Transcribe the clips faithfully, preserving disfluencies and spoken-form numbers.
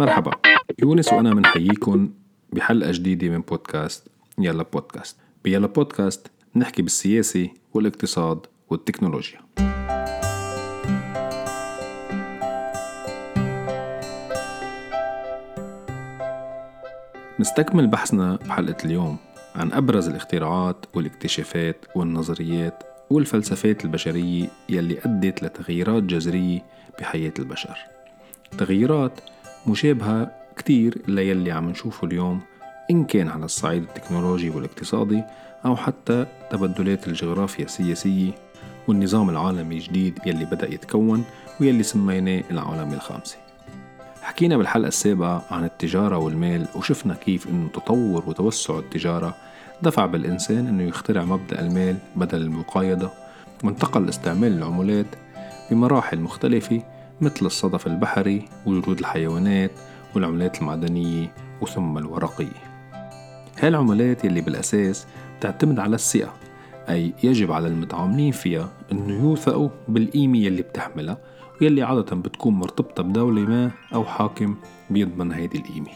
مرحبا، يونس وأنا منحييكم بحلقة جديدة من بودكاست يلا بودكاست. بيلا بودكاست نحكي بالسياسة والاقتصاد والتكنولوجيا. نستكمل بحثنا بحلقة اليوم عن أبرز الاختراعات والاكتشافات والنظريات والفلسفات البشرية يلي أدت لتغييرات جذرية بحياة البشر. تغييرات مشابهة كتير ليلي عم نشوفه اليوم، إن كان على الصعيد التكنولوجي والاقتصادي أو حتى تبدلات الجغرافيا السياسية والنظام العالمي الجديد يلي بدأ يتكون ويلي سميناه العالم الخامسة. حكينا بالحلقة السابقة عن التجارة والمال، وشفنا كيف إنه تطور وتوسع التجارة دفع بالإنسان إنه يخترع مبدأ المال بدل المقايضة، وانتقل استعمال العملات بمراحل مختلفة مثل الصدف البحري وجود الحيوانات والعملات المعدنية وثم الورقية. هاي العملات يلي بالأساس تعتمد على الثقة، أي يجب على المتعاملين فيها أنه يوثقوا بالقيمة يلي بتحملها، ويلي عادة بتكون مرتبطة بدولة ما أو حاكم بيضمن هيدي القيمة.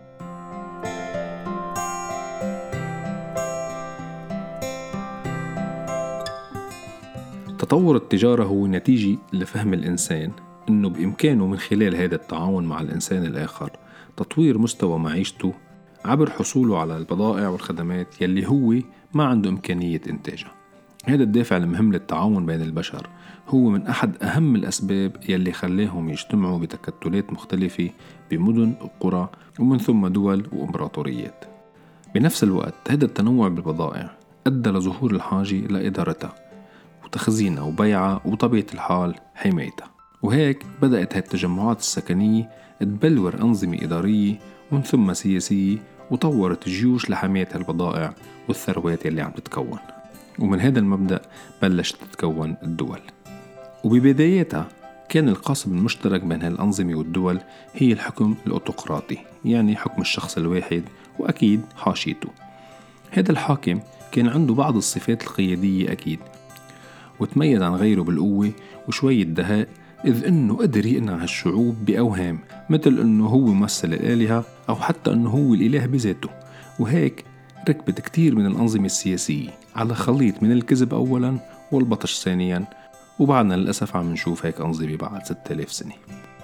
تطور التجارة هو نتيجة لفهم الإنسان أنه بإمكانه من خلال هذا التعاون مع الإنسان الآخر تطوير مستوى معيشته عبر حصوله على البضائع والخدمات يلي هو ما عنده إمكانية إنتاجها. هذا الدافع المهم للتعاون بين البشر هو من أحد أهم الأسباب يلي خلاهم يجتمعوا بتكتلات مختلفة بمدن وقرى ومن ثم دول وإمبراطوريات. بنفس الوقت هذا التنوع بالبضائع أدى لظهور الحاجة لإدارتها وتخزينها وبيعها وطبيعة الحال حمايتها، وهيك بدأت هاي التجمعات السكنية تبلور أنظمة إدارية ومن ثم سياسية، وطورت الجيوش لحماية البضائع والثروات اللي عم تتكون، ومن هذا المبدأ بلشت تتكون الدول. وببدايتها كان القاسم المشترك بين هالأنظمة والدول هي الحكم الأوتقراطي، يعني حكم الشخص الواحد وأكيد حاشيته. هذا الحاكم كان عنده بعض الصفات القيادية أكيد، وتميز عن غيره بالقوة وشوية دهاء، إذ أنه قدر يقنع هالشعوب بأوهام مثل أنه هو ممثل الآلهة أو حتى أنه هو الإله بذاته. وهيك ركبت كتير من الأنظمة السياسية على خليط من الكذب أولا والبطش ثانيا، وبعدنا للأسف عم نشوف هيك أنظمة بعد ستة آلاف سنة.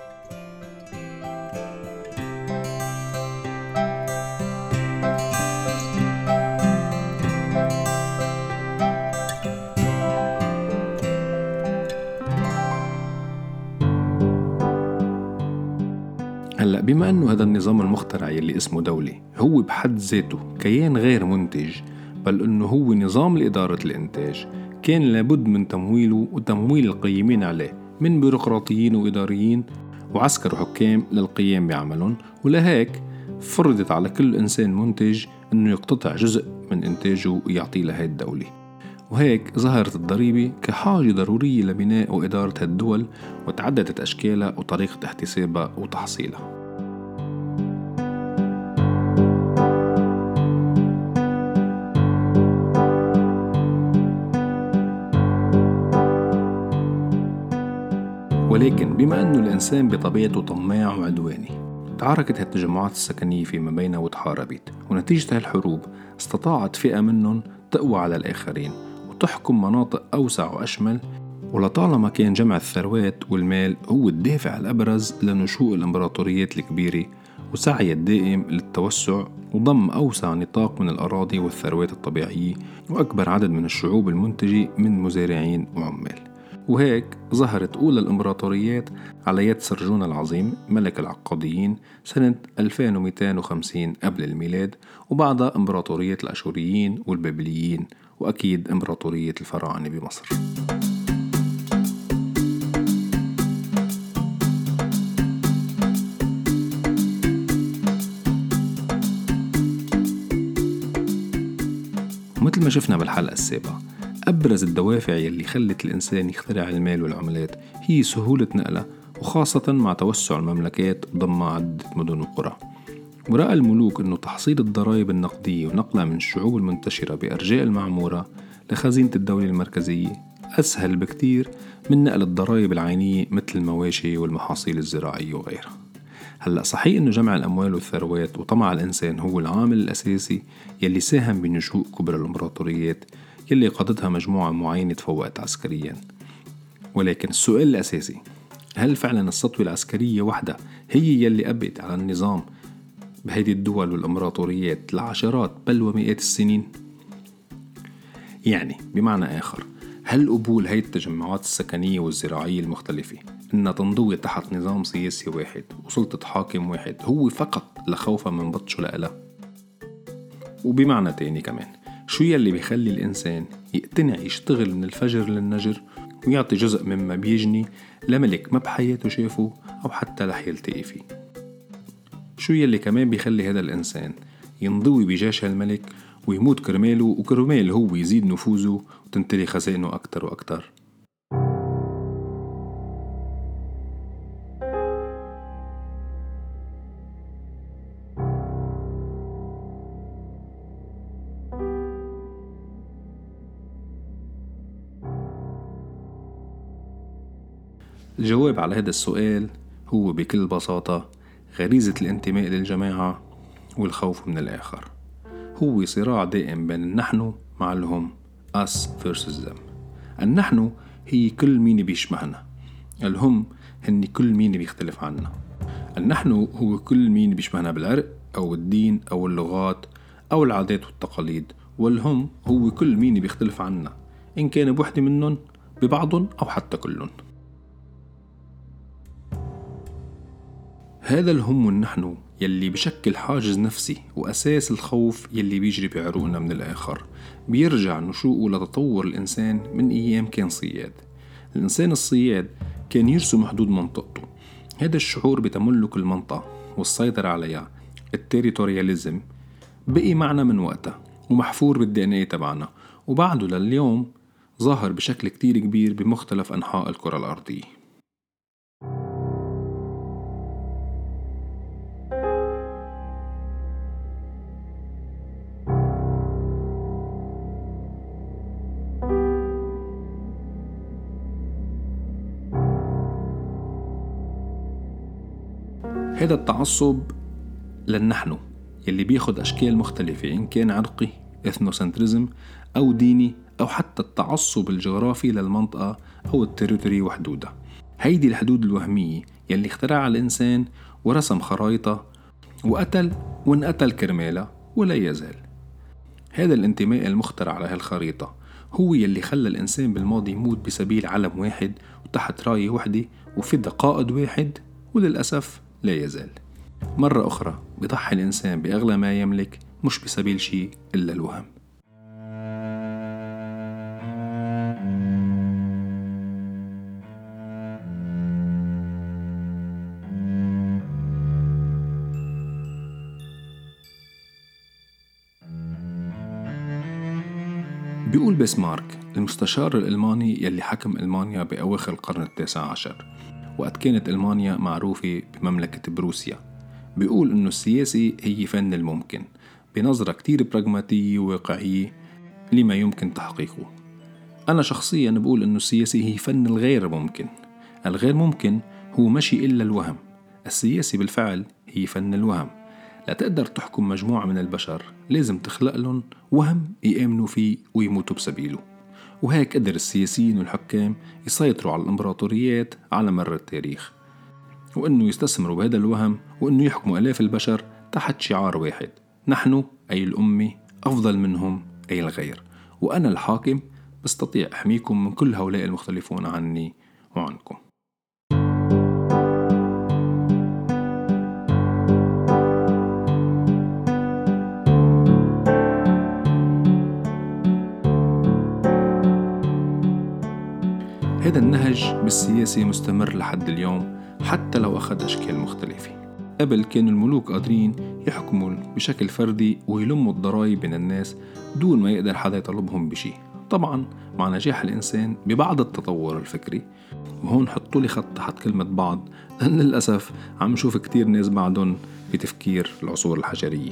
هلأ بما أنه هذا النظام المخترع يلي اسمه دولة هو بحد ذاته كيان غير منتج، بل أنه هو نظام لإدارة الإنتاج، كان لابد من تمويله وتمويل القيمين عليه من بيروقراطيين وإداريين وعسكر وحكام للقيام بعملهم. ولهيك فرضت على كل إنسان منتج أنه يقتطع جزء من إنتاجه ويعطيه لهي الدولة، وهيك ظهرت الضريبة كحاجة ضرورية لبناء وإدارة هالدول، وتعددت أشكالها وطريقة احتسابها وتحصيلها. ولكن بما أنه الإنسان بطبيعته طماع وعدواني، تعاركت هالتجمعات السكنية فيما بينها وتحاربت، ونتيجة هالحروب استطاعت فئة منهم تقوى على الآخرين وتحكم مناطق أوسع وأشمل. ولطالما كان جمع الثروات والمال هو الدافع الأبرز لنشوء الإمبراطوريات الكبيرة وسعي الدائم للتوسع وضم أوسع نطاق من الأراضي والثروات الطبيعية وأكبر عدد من الشعوب المنتجة من مزارعين وعمال. وهيك ظهرت أولى الإمبراطوريات على يد سرجون العظيم ملك العقاديين سنة ألفين ومئتين وخمسين قبل الميلاد، وبعدها إمبراطورية الأشوريين والبابليين، وأكيد إمبراطورية الفراعنة بمصر. ومثل ما شفنا بالحلقة السابقة، أبرز الدوافع يلي خلت الإنسان يخترع المال والعملات هي سهولة نقلها، وخاصة مع توسع المملكات وضم عدة مدن وقرى. ورأى الملوك أنه تحصيل الضرائب النقدية ونقلها من الشعوب المنتشرة بأرجاء المعمورة لخزينة الدولة المركزية أسهل بكتير من نقل الضرائب العينية مثل المواشي والمحاصيل الزراعية وغيرها. هلأ صحيح إنه جمع الأموال والثروات وطمع الإنسان هو العامل الأساسي يلي ساهم بنشوء كبرى الإمبراطوريات يلي قادتها مجموعة معينة تفوقت عسكريا، ولكن السؤال الأساسي، هل فعلا السطوة العسكرية وحدها هي يلي أبت على النظام بهيدي الدول والإمبراطوريات لعشرات بل ومئات السنين؟ يعني بمعنى آخر، هل قبول هاي التجمعات السكنية والزراعية المختلفة إنها تنضوي تحت نظام سياسي واحد وسلطة حاكم واحد هو فقط لخوفا من بطشه لألا؟ وبمعنى تاني كمان، شو يلي بيخلي الإنسان يقتنع يشتغل من الفجر للنجر ويعطي جزء مما بيجني لملك ما بحياته شافه أو حتى رح يلتقي فيه؟ شو يلي كمان بيخلي هذا الإنسان ينضوي بجيش الملك ويموت كرماله وكرمال هو يزيد نفوذه وتنتلي خزائنه أكتر وأكتر؟ الجواب على هذا السؤال هو بكل بساطة غريزة الانتماء للجماعة والخوف من الآخر. هو صراع دائم بين النحن مع الهم، us versus them. النحن هي كل مين بيشبهنا، الهم هن كل مين بيختلف عنا. النحن هو كل مين بيشبهنا بالعرق أو الدين أو اللغات أو العادات والتقاليد، والهم هو كل مين بيختلف عنا إن كان بوحدة منهم ببعضهم أو حتى كلهم. هذا الهم والنحن يلي بشكل حاجز نفسي وأساس الخوف يلي بيجري بعروقنا من الآخر، بيرجع نشوءه لتطور الإنسان من أيام كان صياد. الإنسان الصياد كان يرسم حدود منطقته، هذا الشعور بتملك المنطقة والسيطرة عليها، التيريتورياليزم، بقي معنا من وقتها ومحفور بالدي ان ايه تبعنا، وبعده لليوم ظاهر بشكل كتير كبير بمختلف أنحاء الكرة الأرضية. هذا التعصب للنحن يلي بياخد أشكال مختلفة، إن كان عرقي إثنوسنتريزم أو ديني أو حتى التعصب الجغرافي للمنطقة أو التريتوري وحدودها. هيدي الحدود الوهمية يلي اخترعها الإنسان ورسم خرائطها وقتل وانقتل كرمالها ولا يزال. هذا الانتماء المخترع على هالخريطة هو يلي خلى الإنسان بالماضي يموت بسبيل علم واحد وتحت راية واحدة وفي قائد واحد، وللأسف لا يزال. مرة أخرى بضحي الإنسان بأغلى ما يملك مش بسبيل شيء إلا الوهم. بيقول بسمارك المستشار الألماني يلي حكم ألمانيا بأواخر القرن التاسع عشر وقت كانت ألمانيا معروفة بمملكة بروسيا، بيقول إنه السياسي هي فن الممكن بنظرة كتير براغماتية وواقعية لما يمكن تحقيقه. أنا شخصيا بقول إنه السياسي هي فن الغير ممكن. الغير ممكن هو مشي إلا الوهم، السياسي بالفعل هي فن الوهم. لا تقدر تحكم مجموعة من البشر، لازم تخلق لهم وهم يآمنوا فيه ويموتوا بسبيله. وهيك قدر السياسيين والحكام يسيطروا على الإمبراطوريات على مر التاريخ، وإنه يستثمروا بهذا الوهم وإنه يحكموا آلاف البشر تحت شعار واحد: نحن أي الأمة أفضل منهم أي الغير، وأنا الحاكم بستطيع أحميكم من كل هؤلاء المختلفون عني وعنكم. هذا النهج بالسياسة مستمر لحد اليوم حتى لو أخذ أشكال مختلفة. قبل كانوا الملوك قادرين يحكموا بشكل فردي ويلموا الضرائب بين الناس دون ما يقدر حدا يطلبهم بشي، طبعا مع نجاح الإنسان ببعض التطور الفكري. وهون حطوا لي خط تحت كلمة بعض، لأن للأسف عم نشوف كتير ناس بعدهم بتفكير العصور الحجرية.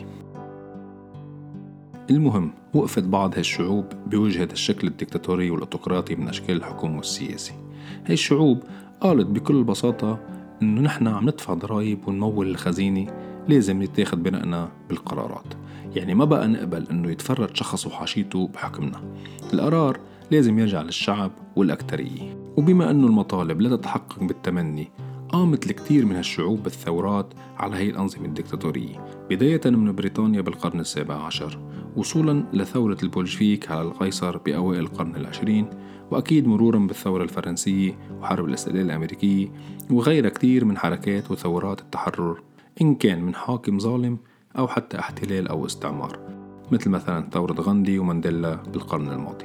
المهم، وقفت بعض هالشعوب بوجه هذا الشكل الدكتاتوري والأوتقراطي من أشكال الحكم والسياسي. هاي الشعوب قالت بكل بساطة إنه نحن عم ندفع ضرائب ونمول الخزينة لازم يتاخد بناءنا بالقرارات. يعني ما بقى نقبل إنه يتفرد شخص وحاشيته بحكمنا. القرار لازم يرجع للشعب والأكترية. وبما أنه المطالب لا تتحقق بالتمني، قامت الكثير من هالشعوب بالثورات على هي الأنظمة الدكتاتورية، بداية من بريطانيا بالقرن السابع عشر، وصولا لثورة البولشفيك على القيصر بأوائل القرن العشرين، وأكيد مرورا بالثورة الفرنسية وحرب الاستقلال الأمريكية وغيرها كثير من حركات وثورات التحرر، إن كان من حاكم ظالم أو حتى احتلال أو استعمار، مثل مثلا ثورة غاندي ومانديلا بالقرن الماضي.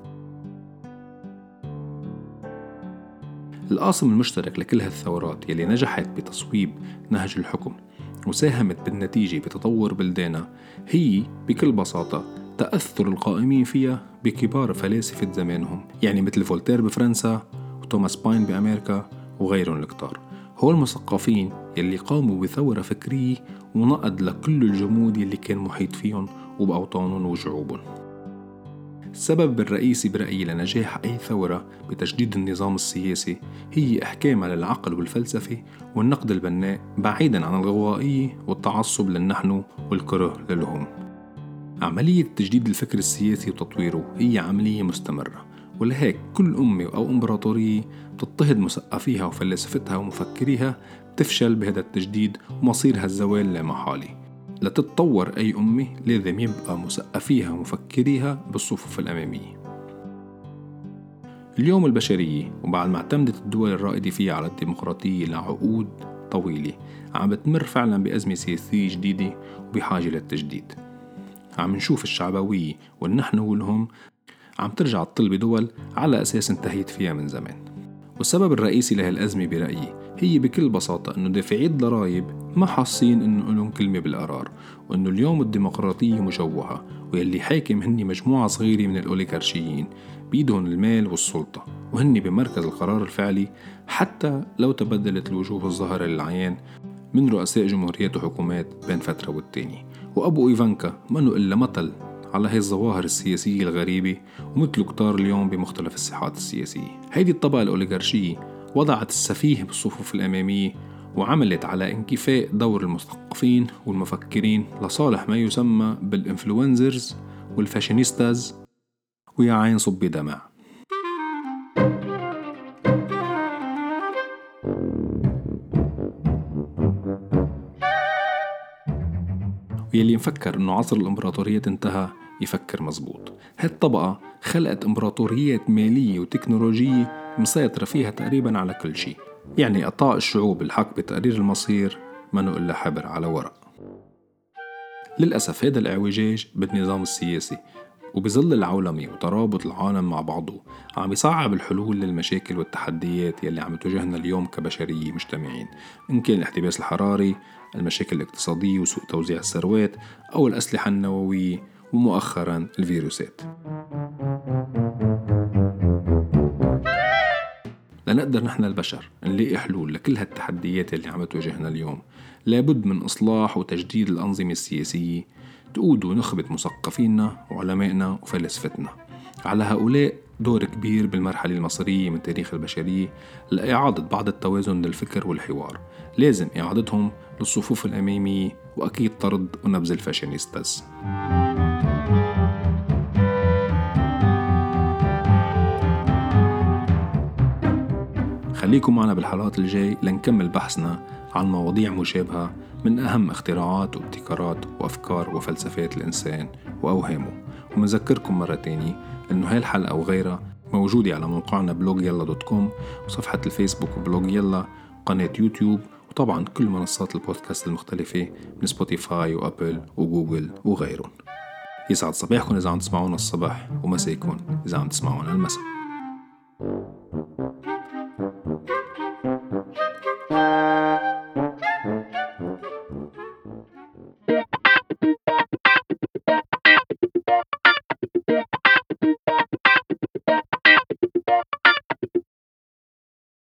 القاسم المشترك لكل هالثورات يلي نجحت بتصويب نهج الحكم وساهمت بالنتيجة بتطور بلدانا هي بكل بساطة تأثر القائمين فيها بكبار فلاسفة زمانهم، يعني مثل فولتير بفرنسا وتوماس باين بأمريكا وغيرهم الكتار. هو المثقفين يلي قاموا بثورة فكرية ونقد لكل الجمود يلي كان محيط فيهم وبأوطانهم وشعوبهم. السبب الرئيسي برأيي لنجاح أي ثورة بتجديد النظام السياسي هي إحكامها للعقل والفلسفة والنقد البناء بعيداً عن الغوائية والتعصب للنحن والكره للهم. عملية تجديد الفكر السياسي وتطويره هي عملية مستمرة، ولهيك كل أمة أو إمبراطورية بتضطهد مثقفيها وفلسفتها ومفكريها بتفشل بهذا التجديد ومصيرها الزوال لا محالي. لتتطور أي أمة لازم يبقى مثقفيها ومفكريها بالصفوف الأمامية. اليوم البشرية وبعد ما اعتمدت الدول الرائدة فيها على الديمقراطية لعقود طويلة عم بتمر فعلا بأزمة سياسية جديدة وبحاجة للتجديد. عم نشوف الشعبوية والنحن والهم عم ترجع تطل بدول على أساس انتهيت فيها من زمان. والسبب الرئيسي لهالأزمة برأيي هي بكل بساطة أنه دافعي الضرائب ما حاسين أنه لهم كلمة بالقرار، وأنه اليوم الديمقراطية مشوهة واللي حاكم هني مجموعة صغيرة من الأوليغارشيين بيدهم المال والسلطة، وهني بمركز القرار الفعلي حتى لو تبدلت الوجوه الظاهرة للعيان من رؤساء جمهوريات وحكومات بين فترة والتانية. وأبو إيفانكا منه إلا مثل على هاي الظواهر السياسية الغريبة، ومثله كتار اليوم بمختلف الساحات السياسية. هيدي الطبقة الأوليغارشية وضعت السفيه بالصفوف الأمامية وعملت على انكفاء دور المثقفين والمفكرين لصالح ما يسمى بالإنفلونزرز والفاشينيستاز، ويا عين صبي دمع. ويلي مفكر إنه عصر الإمبراطوريات انتهى يفكر مزبوط. هالطبقة خلقت إمبراطوريات مالية وتكنولوجية مسيطرة فيها تقريبا على كل شيء، يعني إعطاء الشعوب الحق بتقرير المصير منه إلا حبر على ورق. للأسف هذا الإعوجاج بالنظام السياسي وبظل العولمة وترابط العالم مع بعضه عم يصعب الحلول للمشاكل والتحديات يلي عم تواجهنا اليوم كبشرية مجتمعين، إن كان الاحتباس الحراري، المشاكل الاقتصادية وسوء توزيع الثروات، أو الأسلحة النووية، ومؤخرا الفيروسات. لنقدر نحن البشر نلاقي حلول لكل هالتحديات اللي عم تواجهنا اليوم، لابد من إصلاح وتجديد الأنظمة السياسية تقود ونخبة مثقفينا وعلمائنا وفلسفتنا. على هؤلاء دور كبير بالمرحلة المصيرية من تاريخ البشرية لإعادة بعض التوازن للفكر والحوار. لازم إعادتهم للصفوف الأمامية، وأكيد طرد ونبذ الفاشينيستاز. خليكم معنا بالحلقات الجاي لنكمل بحثنا عن مواضيع مشابهة من أهم اختراعات وابتكارات وأفكار وفلسفات الإنسان وأوهامه. ومنذكركم مرة تانية إنه هاي الحلقة وغيرها موجودة على موقعنا بلوج يلا دوت كوم، وصفحة الفيسبوك وبلوج يلا، وقناة يوتيوب، وطبعا كل منصات البودكاست المختلفة من سبوتيفاي وأبل وجوجل وغيرهم. يسعد صباحكم إذا عم تسمعونا الصبح، ومساكم إذا عم تسمعونا المساء.